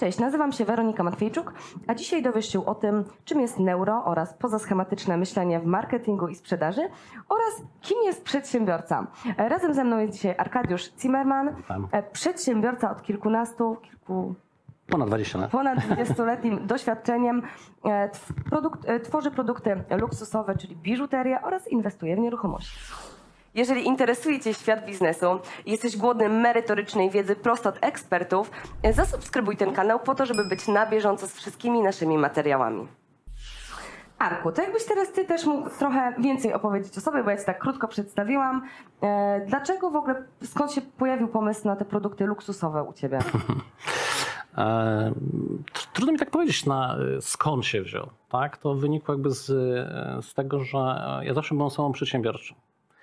Cześć, nazywam się Weronika Matwiejczuk, a dzisiaj dowiesz się o tym, czym jest neuro oraz pozaschematyczne myślenie w marketingu i sprzedaży oraz kim jest przedsiębiorca. Razem ze mną jest dzisiaj Arkadiusz Zimmerman, przedsiębiorca od Ponad 20 lat. Ponad 20-letnim doświadczeniem. Tworzy produkty luksusowe, czyli biżuterię oraz inwestuje w nieruchomości. Jeżeli interesuje Cię świat biznesu i jesteś głodny merytorycznej wiedzy prosto od ekspertów, zasubskrybuj ten kanał po to, żeby być na bieżąco z wszystkimi naszymi materiałami. Arku, to jakbyś teraz Ty też mógł trochę więcej opowiedzieć o sobie, bo ja Cię tak krótko przedstawiłam. Dlaczego w ogóle, skąd się pojawił pomysł na te produkty luksusowe u Ciebie? Trudno mi tak powiedzieć, skąd się wziął. Tak? To wynikło jakby z tego, że ja zawsze byłem osobą przedsiębiorczą.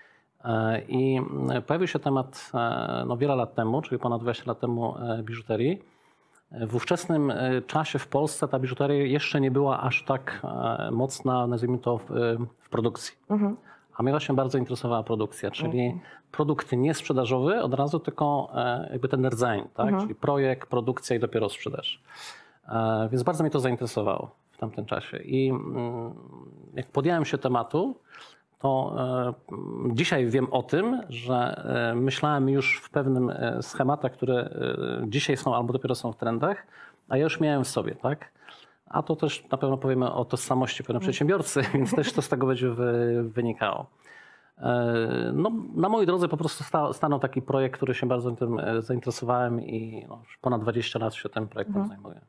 I pojawił się temat wiele lat temu, czyli ponad 20 lat temu, biżuterii. W ówczesnym czasie w Polsce ta biżuteria jeszcze nie była aż tak mocna, nazwijmy to, w produkcji. A mnie właśnie bardzo interesowała produkcja, czyli produkt nie sprzedażowy od razu, tylko jakby ten rdzeń, tak? Czyli projekt, produkcja i dopiero sprzedaż. Więc bardzo mnie to zainteresowało w tamtym czasie. I jak podjąłem się tematu, to dzisiaj wiem o tym, że myślałem już w pewnym schematach, które dzisiaj są albo dopiero są w trendach, a ja już miałem w sobie, tak? A to też na pewno powiemy o tożsamości pewnego przedsiębiorcy, więc też to z tego będzie wynikało. No, na mojej drodze po prostu stanął taki projekt, który się bardzo tym zainteresowałem i już ponad 20 lat się tym projektem zajmuję.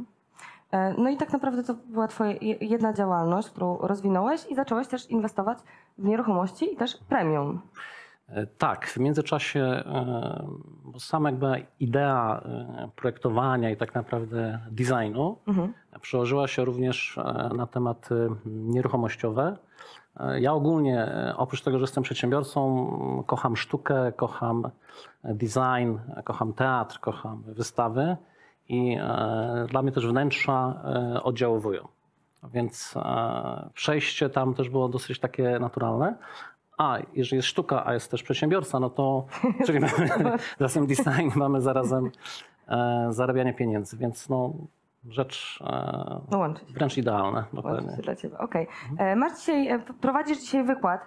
No i tak naprawdę to była Twoja jedna działalność, którą rozwinąłeś i zacząłeś też inwestować w nieruchomości i też premium. Tak, w międzyczasie, bo sama jakby idea projektowania i tak naprawdę designu przełożyła się również na tematy nieruchomościowe. Ja ogólnie, oprócz tego, że jestem przedsiębiorcą, kocham sztukę, kocham design, kocham teatr, kocham wystawy i dla mnie też wnętrza oddziaływują. Więc przejście tam też było dosyć takie naturalne. A jeżeli jest sztuka, a jest też przedsiębiorca, no to czyli mamy razem design, mamy zarazem zarabianie pieniędzy, więc no rzecz wręcz idealna. Dokładnie. Dla Ciebie. Okej. Prowadzisz dzisiaj wykład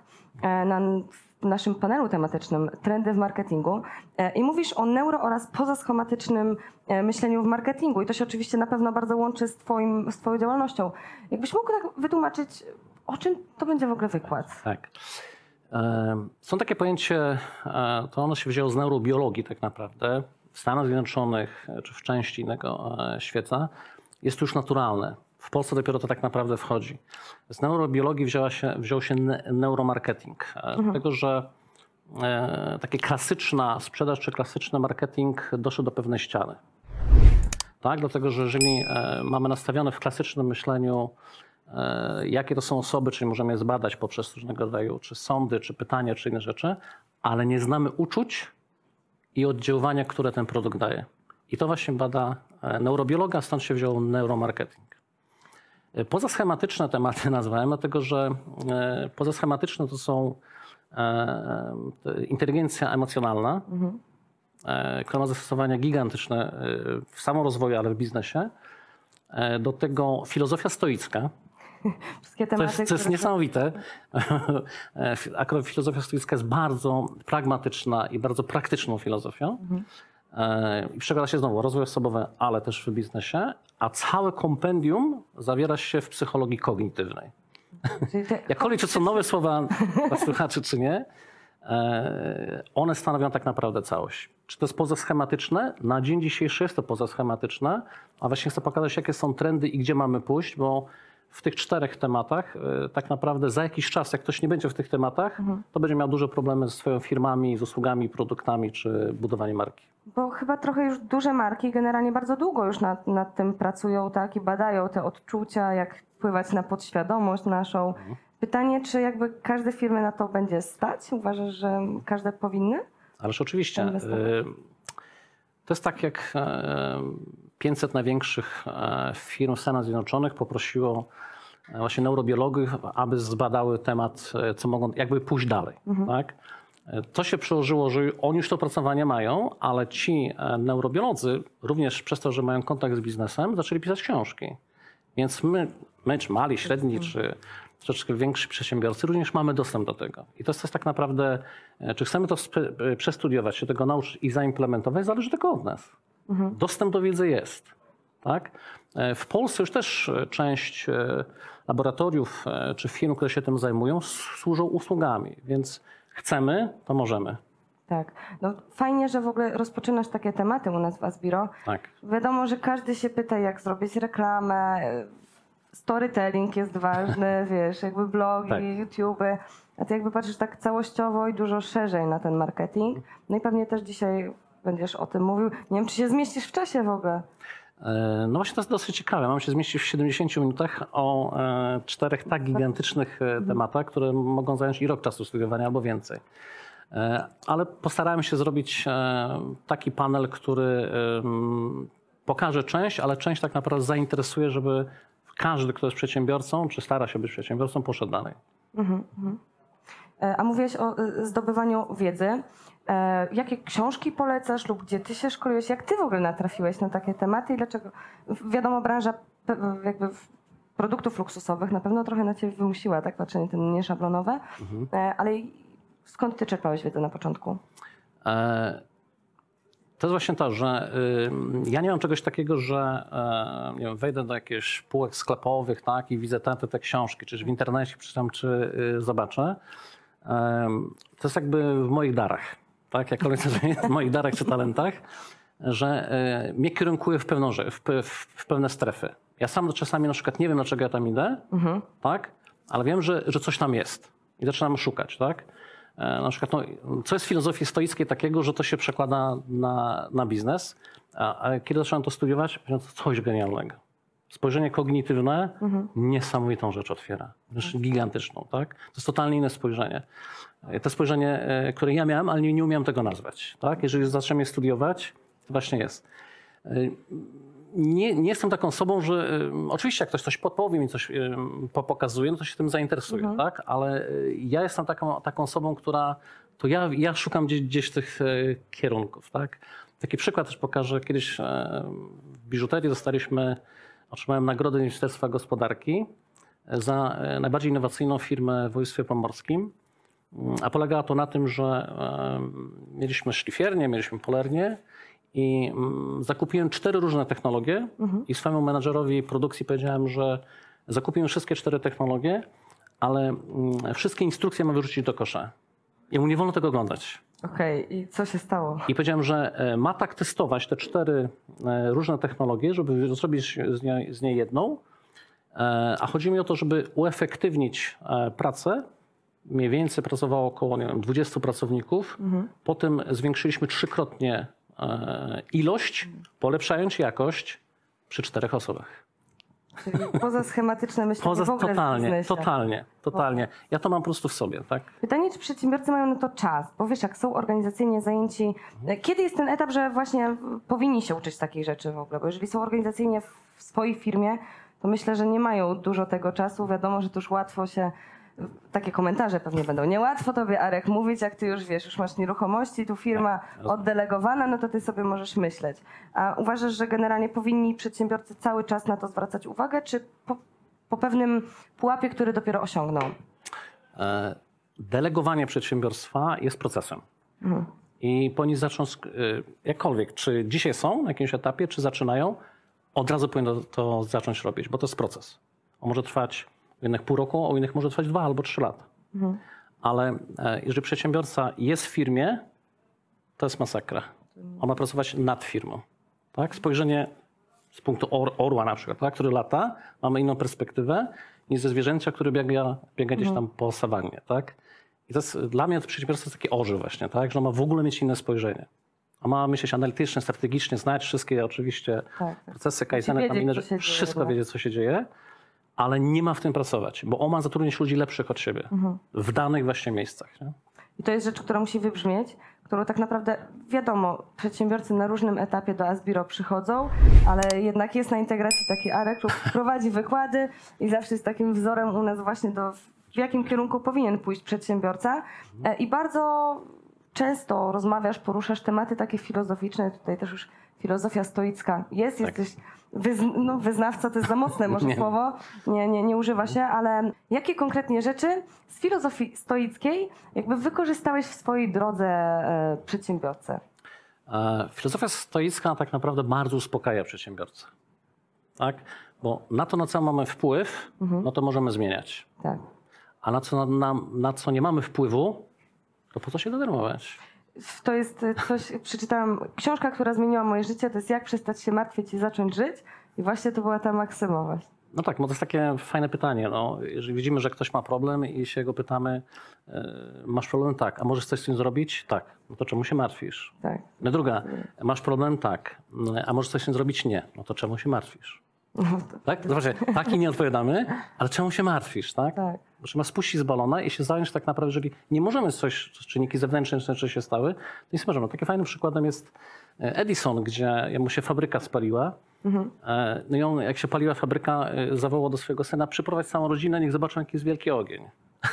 w naszym panelu tematycznym Trendy w marketingu i mówisz o neuro oraz pozaschematycznym myśleniu w marketingu i to się oczywiście na pewno bardzo łączy z Twoją działalnością. Jakbyś mógł tak wytłumaczyć, o czym to będzie w ogóle wykład? Tak. Są takie pojęcie, to ono się wzięło z neurobiologii tak naprawdę. W Stanach Zjednoczonych czy w części innego świata jest to już naturalne. W Polsce dopiero to tak naprawdę wchodzi. Z neurobiologii wziął się neuromarketing. Dlatego, że taka klasyczna sprzedaż czy klasyczny marketing doszedł do pewnej ściany. Tak? Dlatego, że jeżeli mamy nastawione w klasycznym myśleniu, jakie to są osoby, czyli możemy je zbadać poprzez różnego rodzaju czy sądy, czy pytania, czy inne rzeczy, ale nie znamy uczuć i oddziaływania, które ten produkt daje. I to właśnie bada neurobiologa, stąd się wziął neuromarketing. Pozaschematyczne tematy nazwałem, dlatego że pozaschematyczne to są inteligencja emocjonalna, która ma zastosowania gigantyczne w samorozwoju, ale w biznesie. Do tego filozofia stoicka. Co jest niesamowite. Akurat filozofia stoicka jest bardzo pragmatyczna i bardzo praktyczną filozofią. I przekłada się znowu rozwój osobowy, ale też w biznesie, a całe kompendium zawiera się w psychologii kognitywnej. Jakkolwiek czy są nowe słowa dla słuchaczy, czy nie, one stanowią tak naprawdę całość. Czy to jest pozaschematyczne? Na dzień dzisiejszy jest to pozaschematyczne, a właśnie chcę pokazać, jakie są trendy i gdzie mamy pójść, bo w tych 4 tematach tak naprawdę za jakiś czas, jak ktoś nie będzie w tych tematach, to będzie miał duże problemy ze swoimi firmami, z usługami, produktami czy budowaniem marki. Bo chyba trochę już duże marki generalnie bardzo długo już nad tym pracują, tak, i badają te odczucia, jak wpływać na podświadomość naszą. Pytanie, czy jakby każde firmy na to będzie stać? Uważasz, że każde powinny? Ależ oczywiście. To jest tak, jak 500 największych firm w Stanach Zjednoczonych poprosiło właśnie neurobiologów, aby zbadały temat, co mogą jakby pójść dalej. Tak? To się przełożyło, że oni już to opracowanie mają, ale ci neurobiolodzy również przez to, że mają kontakt z biznesem, zaczęli pisać książki. Więc my czy mali, średni, czy troszeczkę więksi przedsiębiorcy, również mamy dostęp do tego. I to jest tak naprawdę, czy chcemy to przestudiować, się tego nauczyć i zaimplementować, zależy tylko od nas. Dostęp do wiedzy jest. Tak? W Polsce już też część laboratoriów czy firm, które się tym zajmują, służą usługami, więc chcemy, to możemy. Tak. No, fajnie, że w ogóle rozpoczynasz takie tematy u nas w Asbiro. Tak. Wiadomo, że każdy się pyta, jak zrobić reklamę, storytelling jest ważny, wiesz, jakby blogi, Tak. YouTube'y. A ty jakby patrzysz tak całościowo i dużo szerzej na ten marketing. No i pewnie też dzisiaj będziesz o tym mówił. Nie wiem, czy się zmieścisz w czasie w ogóle. No właśnie to jest dosyć ciekawe. Mam się zmieścić w 70 minutach o 4 tak gigantycznych tematach, które mogą zająć i rok czasu studiowania albo więcej. Ale postarałem się zrobić taki panel, który pokaże część, ale część tak naprawdę zainteresuje, żeby każdy, kto jest przedsiębiorcą, czy stara się być przedsiębiorcą, poszedł dalej. A mówiłeś o zdobywaniu wiedzy. Jakie książki polecasz lub gdzie ty się szkoliłeś? Jak ty w ogóle natrafiłeś na takie tematy i dlaczego? Wiadomo, branża jakby produktów luksusowych na pewno trochę na ciebie wymusiła, tak, patrzenie te nieszablonowe, ale skąd ty czerpałeś wiedzę na początku? To jest właśnie to, że ja nie mam czegoś takiego, że nie wiem, wejdę do jakichś półek sklepowych, tak, i widzę te książki, czy w internecie przeczytam, czy zobaczę. To jest jakby w moich darach, tak, jakkolwiek to jest w moich darach czy talentach, że mnie kierunkuje w pewne strefy. Ja sam czasami na przykład nie wiem, dlaczego ja tam idę, tak, ale wiem, że coś tam jest i zaczynam szukać, tak. Na przykład, co jest w filozofii stoickiej takiego, że to się przekłada na biznes, a kiedy zacząłem to studiować, to coś genialnego. Spojrzenie kognitywne niesamowitą rzecz otwiera, wręcz gigantyczną, tak? To jest totalnie inne spojrzenie. To spojrzenie, które ja miałem, ale nie umiałem tego nazwać, tak? Jeżeli zaczniemy je studiować, to właśnie jest. Nie jestem taką osobą, że oczywiście jak ktoś coś podpowie mi, coś pokazuje, no to się tym zainteresuje, tak? Ale ja jestem taką osobą, która, to ja szukam gdzieś tych kierunków, tak? Taki przykład też pokażę. Kiedyś w biżuterii otrzymałem nagrodę Ministerstwa Gospodarki za najbardziej innowacyjną firmę w województwie pomorskim, a polegało to na tym, że mieliśmy szlifiernię, mieliśmy polernię, i zakupiłem 4 różne technologie i swojemu menadżerowi produkcji powiedziałem, że zakupiłem wszystkie 4 technologie, ale wszystkie instrukcje ma wyrzucić do kosza. Jemu nie wolno tego oglądać. Okej, i co się stało? I powiedziałem, że ma tak testować te 4 różne technologie, żeby zrobić z niej jedną, a chodzi mi o to, żeby uefektywnić pracę. Mniej więcej pracowało około 20 pracowników. Potem zwiększyliśmy 3-krotnie ilość, polepszając jakość przy 4 osobach. Czyli poza schematyczne myślenie w ogóle w biznesie. Totalnie. Ja to mam po prostu w sobie, tak? Pytanie, czy przedsiębiorcy mają na to czas? Bo wiesz, jak są organizacyjnie zajęci, kiedy jest ten etap, że właśnie powinni się uczyć takich rzeczy w ogóle? Bo jeżeli są organizacyjnie w swojej firmie, to myślę, że nie mają dużo tego czasu. Wiadomo, że to już łatwo się... Takie komentarze pewnie będą. Niełatwo tobie, Arek, mówić, jak ty już wiesz, już masz nieruchomości, tu firma oddelegowana, no to ty sobie możesz myśleć. A uważasz, że generalnie powinni przedsiębiorcy cały czas na to zwracać uwagę, czy po pewnym pułapie, który dopiero osiągną? Delegowanie przedsiębiorstwa jest procesem. I powinni zacząć, jakkolwiek, czy dzisiaj są na jakimś etapie, czy zaczynają, od razu powinno to zacząć robić, bo to jest proces. On może trwać u innych pół roku, a u innych może trwać 2 albo 3 lata. Ale jeżeli przedsiębiorca jest w firmie, to jest masakra. On ma pracować nad firmą. Tak? Spojrzenie z punktu orła na przykład, tak? Który lata, mamy inną perspektywę niż ze zwierzęcia, który biega gdzieś tam po sawannie. Tak? I to jest, dla mnie to przedsiębiorstwo jest takie orzeł właśnie, tak? Że on ma w ogóle mieć inne spojrzenie. On ma myśleć analitycznie, strategicznie, znać wszystkie oczywiście procesy, kaizeny, tam inne rzeczy, wszystko wiedzieć, co się dzieje. Ale nie ma w tym pracować, bo on ma zatrudnić ludzi lepszych od siebie w danych właśnie miejscach. Nie? I to jest rzecz, która musi wybrzmieć, którą tak naprawdę wiadomo, przedsiębiorcy na różnym etapie do Asbiro przychodzą, ale jednak jest na integracji taki Arek, który prowadzi wykłady i zawsze jest takim wzorem u nas właśnie do w jakim kierunku powinien pójść przedsiębiorca i bardzo często rozmawiasz, poruszasz tematy takie filozoficzne, tutaj też już filozofia stoicka jest, jesteś wyznawca, to jest za mocne może słowo, nie używa się, ale jakie konkretnie rzeczy z filozofii stoickiej jakby wykorzystałeś w swojej drodze przedsiębiorcy? Filozofia stoicka tak naprawdę bardzo uspokaja przedsiębiorcę. Tak? Bo na to, na co mamy wpływ, no to możemy zmieniać. Tak. A na co nie mamy wpływu, to po co się denerwować? To jest coś, przeczytałam, książka, która zmieniła moje życie, to jest Jak przestać się martwić i zacząć żyć. I właśnie to była ta maksyma właśnie. No tak, bo to jest takie fajne pytanie. No, jeżeli widzimy, że ktoś ma problem i się go pytamy, masz problem? Tak. A możesz coś z tym zrobić? Tak. No to czemu się martwisz? Tak. No druga, masz problem? Tak. A możesz coś z tym zrobić? Nie. No to czemu się martwisz? Tak? Zobaczcie, tak i nie odpowiadamy, ale czemu się martwisz, tak? Tak. Bo trzeba spuścić z balona i się zająć tak naprawdę, jeżeli nie możemy czynniki zewnętrzne rzeczy się stały, to nic nie możemy. Takim fajnym przykładem jest Edison, gdzie mu się fabryka spaliła. No i on, jak się paliła fabryka, zawołał do swojego syna: przyprowadź całą rodzinę, niech zobaczą, jaki jest wielki ogień.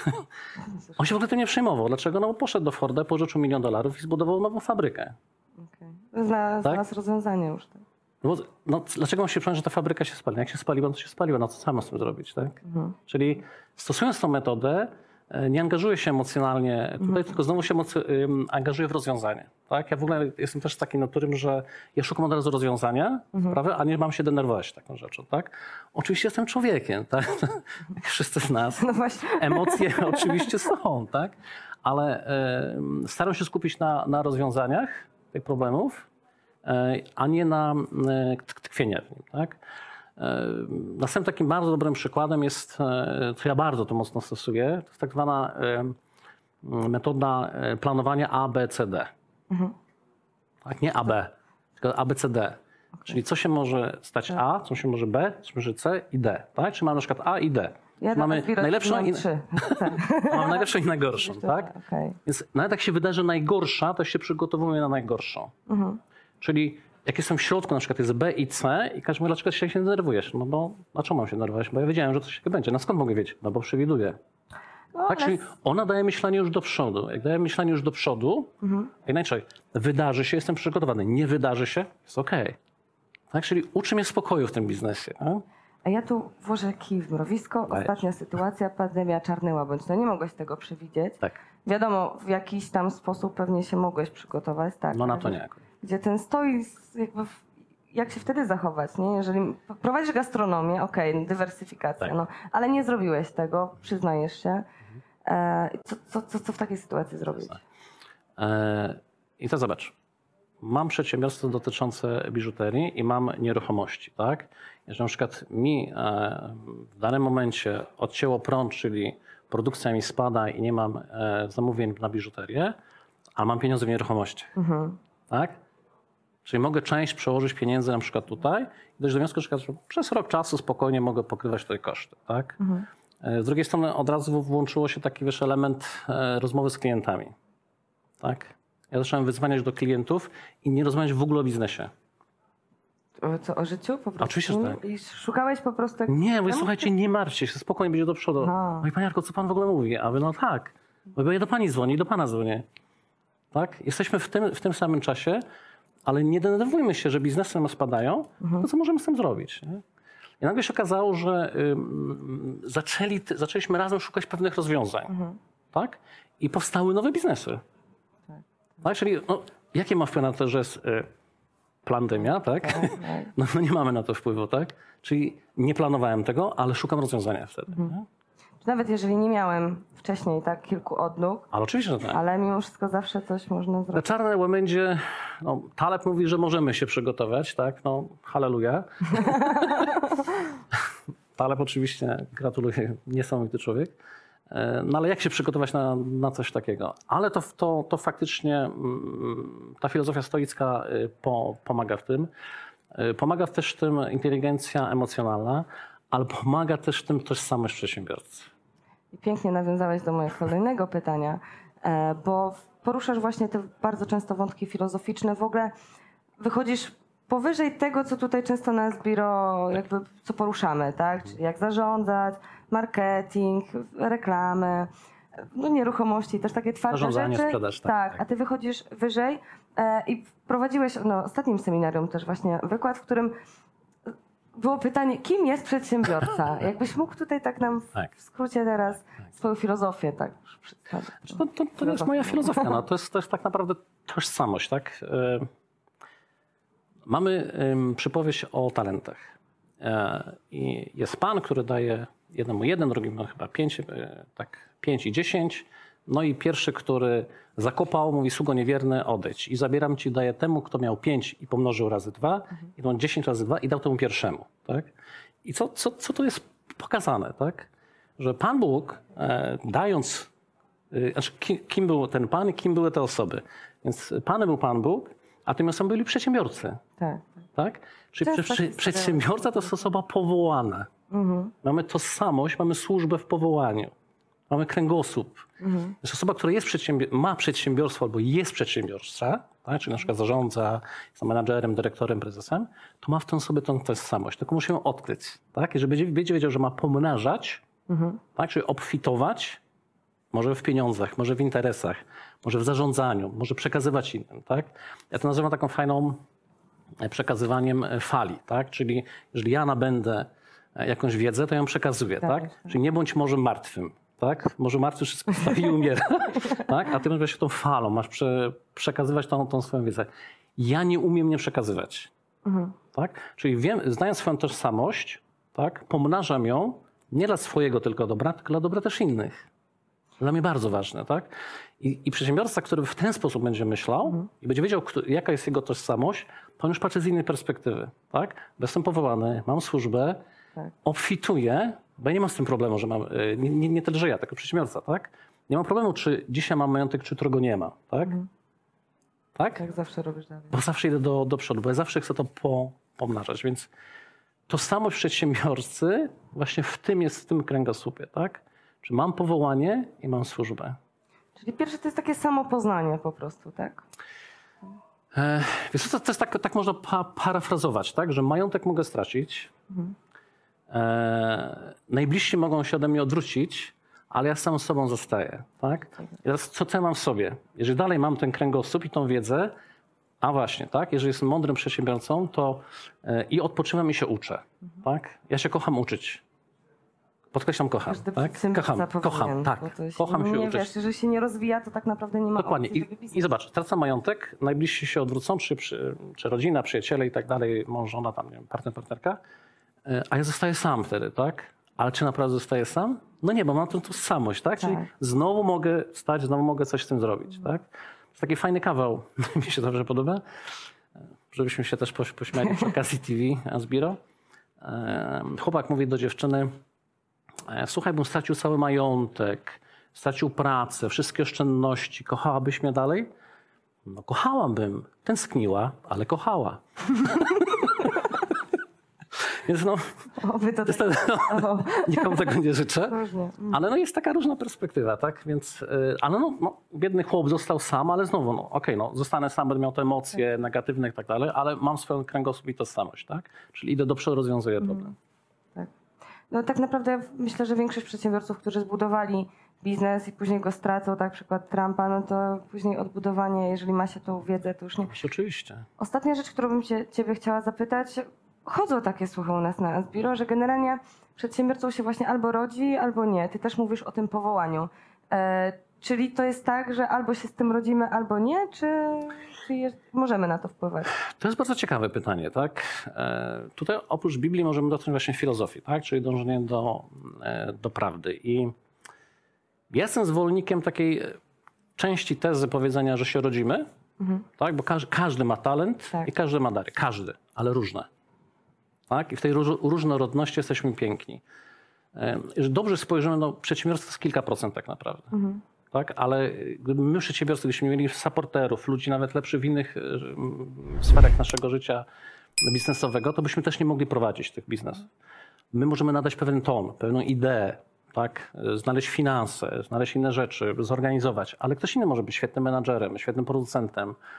On się w ogóle tym nie przejmował. Dlaczego? No bo poszedł do Forda, pożyczył $1 milion i zbudował nową fabrykę. Okay. Znalazł rozwiązanie już. Tak. No, dlaczego on się przejmuje, że ta fabryka się spali? Jak się spaliła, to się spaliła. No co samo z tym zrobić, tak? Czyli stosując tą metodę, nie angażuję się emocjonalnie tutaj, tylko znowu się angażuję w rozwiązanie. Tak? Ja w ogóle jestem też takim naturym, że ja szukam od razu rozwiązania, sprawy, a nie mam się denerwować taką rzeczą. Tak? Oczywiście jestem człowiekiem, tak? Jak wszyscy z nas. No właśnie. Emocje oczywiście są, tak? Ale staram się skupić na rozwiązaniach tych problemów, a nie na tkwienie w nim. Tak? Następnym takim bardzo dobrym przykładem jest, co ja bardzo to mocno stosuję, to jest tak zwana metoda planowania ABCD. Tak? Nie AB, tylko ABCD. Czyli co się może stać A, co się może B, co może C i D. Tak? Czy mamy na przykład A i D. Mamy najlepszą mamy najlepszą i najgorszą. Tak? Okay. Więc nawet jak się wydarzy najgorsza, to się przygotowujemy na najgorszą. Czyli jak jestem w środku, na przykład jest B i C i każdy mówi: dlaczego się denerwujesz? No bo dlaczego mam się denerwować? Bo ja wiedziałem, że coś takiego będzie. No skąd mogę wiedzieć? No bo przewiduję. No, tak, czyli ona daje myślenie już do przodu. Jak daje myślenie już do przodu, inaczej wydarzy się, jestem przygotowany. Nie wydarzy się, jest okej. Tak, czyli uczy mnie spokoju w tym biznesie. A ja tu włożę kij w mrowisko. Ostatnia sytuacja, pandemia, czarny łabędź. No nie mogłeś tego przewidzieć. Tak. Wiadomo, w jakiś tam sposób pewnie się mogłeś przygotować. Tak, no na to nie. Gdzie ten stoi, jakby jak się wtedy zachować, nie? Jeżeli prowadzisz gastronomię, okej, dywersyfikacja, tak. no, ale nie zrobiłeś tego, przyznajesz się. Co w takiej sytuacji zrobić? I to zobacz. Mam przedsiębiorstwo dotyczące biżuterii i mam nieruchomości, tak? Jeżeli na przykład mi w danym momencie odcięło prąd, czyli produkcja mi spada i nie mam zamówień na biżuterię, a mam pieniądze w nieruchomości, tak? Czyli mogę część przełożyć pieniędzy na przykład tutaj i dojść do wniosku, że przez rok czasu spokojnie mogę pokrywać tutaj koszty, tak? Z drugiej strony od razu włączyło się taki element rozmowy z klientami, tak? Ja zacząłem wyzwaniać do klientów i nie rozmawiać w ogóle o biznesie. Co, o życiu po prostu? Oczywiście, że tak. I szukałeś po prostu... Nie, bo słuchajcie, nie martwcie się, spokojnie będzie do przodu. No i Panie Jarku, co Pan w ogóle mówi? A Wy, no tak, bo ja do Pani dzwonię i do Pana dzwonię. Tak? Jesteśmy w tym samym czasie, ale nie denerwujmy się, że biznesy nam spadają, to co możemy z tym zrobić? Nie? I nagle się okazało, że zaczęliśmy razem szukać pewnych rozwiązań. Tak? I powstały nowe biznesy. Tak? Czyli jakie ma wpływ na to, że jest pandemia, tak? No nie mamy na to wpływu, tak? Czyli nie planowałem tego, ale szukam rozwiązania wtedy. Nawet jeżeli nie miałem wcześniej tak kilku odnóg, ale oczywiście, że tak. Ale mimo wszystko zawsze coś można zrobić. Na czarne łabędzie, Taleb mówi, że możemy się przygotować, tak? No, halleluja. Taleb oczywiście, gratuluję, niesamowity człowiek. No ale jak się przygotować na coś takiego? Ale to faktycznie ta filozofia stoicka pomaga w tym. Pomaga też w tym inteligencja emocjonalna, ale pomaga też w tym tożsamość przedsiębiorcy. I pięknie nawiązałeś do mojego kolejnego pytania, bo poruszasz właśnie te bardzo często wątki filozoficzne. W ogóle wychodzisz powyżej tego, co tutaj często na Sbiro jakby co poruszamy, tak? Czyli jak zarządzać, marketing, reklamy, no nieruchomości, też takie twarde Zarządzanie, rzeczy. sprzedaż, Tak, a ty wychodzisz wyżej i prowadziłeś na ostatnim seminarium też właśnie wykład, w którym było pytanie, kim jest przedsiębiorca? Jakbyś mógł tutaj tak nam w skrócie teraz swoją filozofię tak już przedstawić. To nie jest moja filozofia, no. to jest tak naprawdę tożsamość, tak? Mamy przypowieść o talentach. I jest pan, który daje jednemu 1, drugiemu chyba 5, tak 5 i 10. No i pierwszy, który zakopał, mówi: sługo niewierny, odejdź. I zabieram ci, daję temu, kto miał 5 i pomnożył razy 2, i on 10 razy 2 i dał temu pierwszemu. Tak? I co tu jest pokazane? Tak? Że Pan Bóg, dając, znaczy kim był ten Pan i kim były te osoby. Więc Panem był Pan Bóg, a tymi osobami byli przedsiębiorcy. Tak? Czyli przedsiębiorca to jest osoba powołana. Mamy tożsamość, mamy służbę w powołaniu. Mamy kręgosłup. Jest osoba, która ma przedsiębiorstwo albo jest przedsiębiorca, tak? Czyli na przykład zarządza, jest menadżerem, dyrektorem, prezesem, to ma w tym sobie tą tożsamość. Tylko musi ją odkryć. Tak? I żeby będzie wiedział, że ma pomnażać, tak? Czyli obfitować, może w pieniądzach, może w interesach, może w zarządzaniu, może przekazywać innym. Tak? Ja to nazywam taką fajną przekazywaniem fali. Tak? Czyli jeżeli ja nabędę jakąś wiedzę, to ją przekazuję. Tak? Czyli nie bądź może martwym. Tak? Może martwy wszystko stawi i umiera. Tak? A ty będziesz tą falą, masz przekazywać tą swoją wiedzę. Ja nie umiem nie przekazywać. Tak? Czyli znając swoją tożsamość, tak? Pomnażam ją nie dla swojego tylko dobra, tylko dla dobra też innych. Dla mnie bardzo ważne. Tak? I przedsiębiorca, który w ten sposób będzie myślał i będzie wiedział, jaka jest jego tożsamość, to on już patrzy z innej perspektywy. Tak? Bo jestem powołany, mam służbę, obfituję, bo ja nie mam z tym problemu, że mam, nie tyle, że ja, tylko przedsiębiorca, tak? Nie mam problemu, czy dzisiaj mam majątek, czy którego nie ma, tak? Tak? Tak zawsze robisz dalej. Bo zawsze idę do przodu, bo ja zawsze chcę to pomnażać, więc tożsamość przedsiębiorcy właśnie w tym kręgosłupie, tak? Czy mam powołanie i mam służbę. Czyli pierwsze to jest takie samopoznanie po prostu, tak? Wiesz co, to jest tak można parafrazować, tak? Że majątek mogę stracić, najbliżsi mogą się ode mnie odwrócić, ale ja sam z sobą zostaję. Tak? I teraz co ja mam w sobie? Jeżeli dalej mam ten kręgosłup i tą wiedzę, a właśnie, tak? Jeżeli jestem mądrym przedsiębiorcą, to i odpoczywam i się uczę. Tak? Ja się kocham uczyć. Podkreślam, kocham. Tak? Kocham, tak. Kocham się uczyć. Wiesz, jeżeli się nie rozwija, to tak naprawdę nie ma Dokładnie. I zobacz, tracę majątek, najbliżsi się odwrócą, czy rodzina, przyjaciele i tak dalej, mąż, żona, tam, nie wiem, partnerka, a ja zostaję sam wtedy, tak? Ale czy naprawdę zostaję sam? No nie, bo mam tą tożsamość, tak? Czyli znowu mogę wstać, znowu mogę coś z tym zrobić, tak? To jest taki fajny kawał, mi się dobrze podoba, żebyśmy się też pośmiali przy okazji TV Sbiro. Chłopak mówi do dziewczyny: słuchaj, bym stracił cały majątek, stracił pracę, wszystkie oszczędności, kochałabyś mnie dalej? No kochałabym, tęskniła, ale kochała. Więc no, nikomu tego nie życzę, ale no jest taka różna perspektywa, tak? Więc, ale no, biedny chłop został sam, ale znowu, zostanę sam, będę miał te emocje negatywne i tak dalej, ale mam swoją kręgosłup i tożsamość, tak? Czyli idę do przodu, rozwiązuję problem. Tak. No tak naprawdę myślę, że większość przedsiębiorców, którzy zbudowali biznes i później go stracą, tak przykład Trumpa, no to później odbudowanie, jeżeli ma się tą wiedzę, to już nie. Oczywiście. Ostatnia rzecz, którą bym ciebie chciała zapytać. Chodzą takie słuchy u nas na Sbiro, że generalnie przedsiębiorcą się właśnie albo rodzi, albo nie. Ty też mówisz o tym powołaniu. Czyli to jest tak, że albo się z tym rodzimy, albo nie? Czy możemy na to wpływać? To jest bardzo ciekawe pytanie, tak? Tutaj oprócz Biblii możemy dotknąć właśnie filozofii, tak? Czyli dążenie do prawdy. I ja jestem zwolennikiem takiej części tezy powiedzenia, że się rodzimy, tak? Bo każdy ma talent i każdy ma dary. Każdy, ale różne. Tak? I w tej różnorodności jesteśmy piękni. Jeżeli dobrze spojrzymy, no przedsiębiorstwo jest kilka procent tak naprawdę. Tak? Ale gdyby my przedsiębiorcy, gdybyśmy mieli supporterów, ludzi nawet lepszych w innych sferach naszego życia biznesowego, to byśmy też nie mogli prowadzić tych biznesów. My możemy nadać pewien ton, pewną ideę, tak? Znaleźć finanse, znaleźć inne rzeczy, zorganizować, ale ktoś inny może być świetnym menadżerem, świetnym producentem,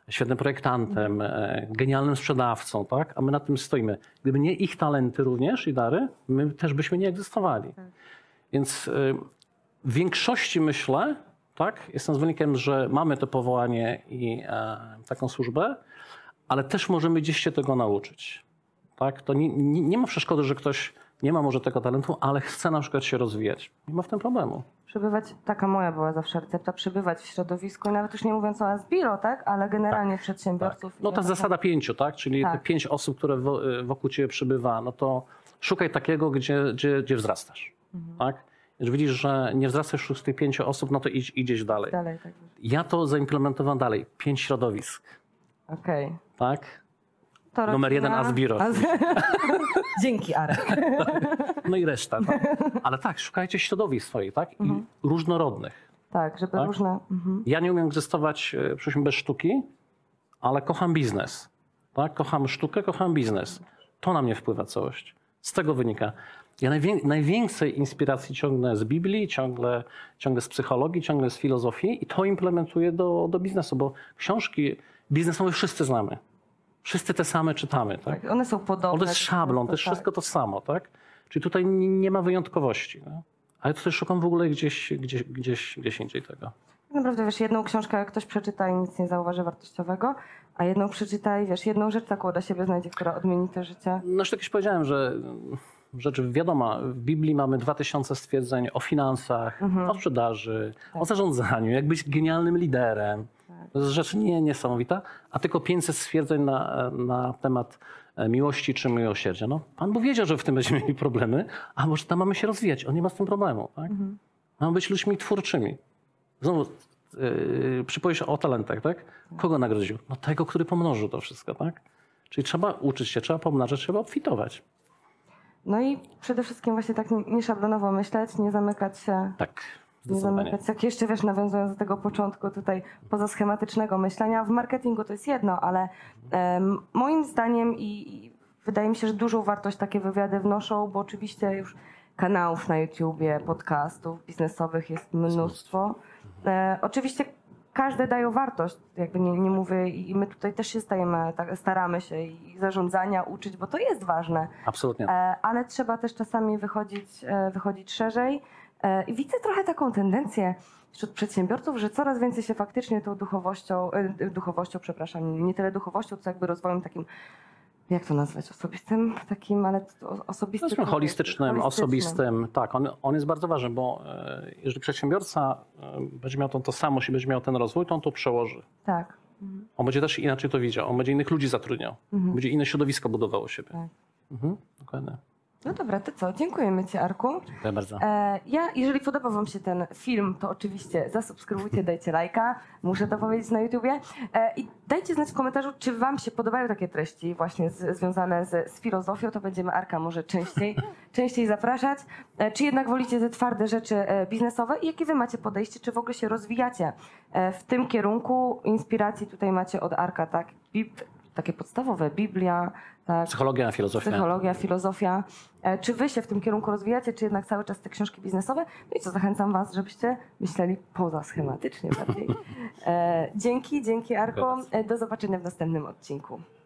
świetnym projektantem, genialnym sprzedawcą, tak? A my na tym stoimy. Gdyby nie ich talenty również i dary, my też byśmy nie egzystowali. Więc w większości myślę, tak, jestem zwolennikiem, że mamy to powołanie i taką służbę, ale też możemy gdzieś się tego nauczyć. Tak? To nie ma przeszkody, że ktoś nie ma może tego talentu, ale chce na przykład się rozwijać. Nie ma w tym problemu. Przebywać, taka moja była zawsze recepta, przebywać w środowisku, nawet już nie mówiąc o Asbiro, tak? Ale generalnie przedsiębiorców. Tak. No to jest zasada 5, tak? Czyli Tak. te 5 osób, które wokół ciebie przybywa, no to szukaj takiego, gdzie wzrastasz. Tak? Jeżeli widzisz, że nie wzrastasz już z tych 5 osób, no to idziesz dalej. Dalej, tak. Ja to zaimplementowałem dalej. 5 środowisk. Okej. Tak? To Numer 1 Asbiro. Dzięki, Arek. No i reszta. Tak? Ale tak, szukajcie środowisk swoich, tak? I różnorodnych. Tak, żeby Tak? różne... Ja nie umiem egzystować przecież bez sztuki, ale kocham biznes. Tak? Kocham sztukę, kocham biznes. To na mnie wpływa całość. Z tego wynika. Ja największej inspiracji ciągnę z Biblii, ciągle z psychologii, ciągle z filozofii i to implementuję do biznesu, bo książki biznesowe wszyscy znamy. Wszyscy te same czytamy. Tak? One są podobne. To jest szablon, to jest wszystko to samo. Tak? Czyli tutaj nie ma wyjątkowości. No? Ale tutaj szukam w ogóle gdzieś indziej tego. Naprawdę, wiesz, jedną książkę ktoś przeczyta i nic nie zauważy wartościowego, a jedną przeczyta i wiesz, jedną rzecz taką dla siebie znajdzie, która odmieni to życie. No już tak już powiedziałem, że rzeczy wiadomo, w Biblii mamy 2000 stwierdzeń o finansach, o sprzedaży, o zarządzaniu, jak być genialnym liderem. To jest rzecz niesamowita, a tylko 500 stwierdzeń na temat miłości czy miłosierdzia. No, Pan Bóg wiedział, że w tym będziemy mieli problemy, a może tam mamy się rozwijać. On nie ma z tym problemu. Tak? Mamy być ludźmi twórczymi. Znowu przypowieść o talentach, tak? Kogo nagrodził? No tego, który pomnożył to wszystko, tak? Czyli trzeba uczyć się, trzeba pomnażać, trzeba obfitować. No i przede wszystkim właśnie tak nieszablonowo myśleć, nie zamykać się. Tak, Nie zdecydowanie. zamykać. Jak jeszcze wiesz, nawiązując do tego początku tutaj pozaschematycznego myślenia, w marketingu to jest jedno, ale moim zdaniem i wydaje mi się, że dużą wartość takie wywiady wnoszą, bo oczywiście już kanałów na YouTubie, podcastów biznesowych jest mnóstwo. Oczywiście każde dają wartość, jakby nie mówię, i my tutaj też się staramy się i zarządzania uczyć, bo to jest ważne. Absolutnie. Ale trzeba też czasami wychodzić szerzej. I widzę trochę taką tendencję wśród przedsiębiorców, że coraz więcej się faktycznie tą duchowością, przepraszam, nie tyle duchowością, co jakby rozwojem takim, jak to nazwać, osobistym takim, ale osobistym. Holistycznym, osobistym. Tak, on jest bardzo ważny, bo jeżeli przedsiębiorca będzie miał to samość i będzie miał ten rozwój, to on to przełoży. Tak. On będzie też inaczej to widział, on będzie innych ludzi zatrudniał, będzie inne środowisko budowało siebie. Tak. Dokładnie. No dobra, to co? Dziękujemy Ci, Arku. Dziękuję bardzo. Jeżeli podobał Wam się ten film, to oczywiście zasubskrybujcie, dajcie lajka. Muszę to powiedzieć na YouTubie. I dajcie znać w komentarzu, czy Wam się podobają takie treści właśnie związane z filozofią. To będziemy Arka może częściej zapraszać. Czy jednak wolicie te twarde rzeczy biznesowe i jakie Wy macie podejście, czy w ogóle się rozwijacie w tym kierunku. Inspiracji tutaj macie od Arka, tak? Takie podstawowe, Biblia, tak? Psychologia, filozofia. Czy wy się w tym kierunku rozwijacie, czy jednak cały czas te książki biznesowe? No i co, zachęcam was, żebyście myśleli pozaschematycznie bardziej. Dzięki Arko. Do zobaczenia w następnym odcinku.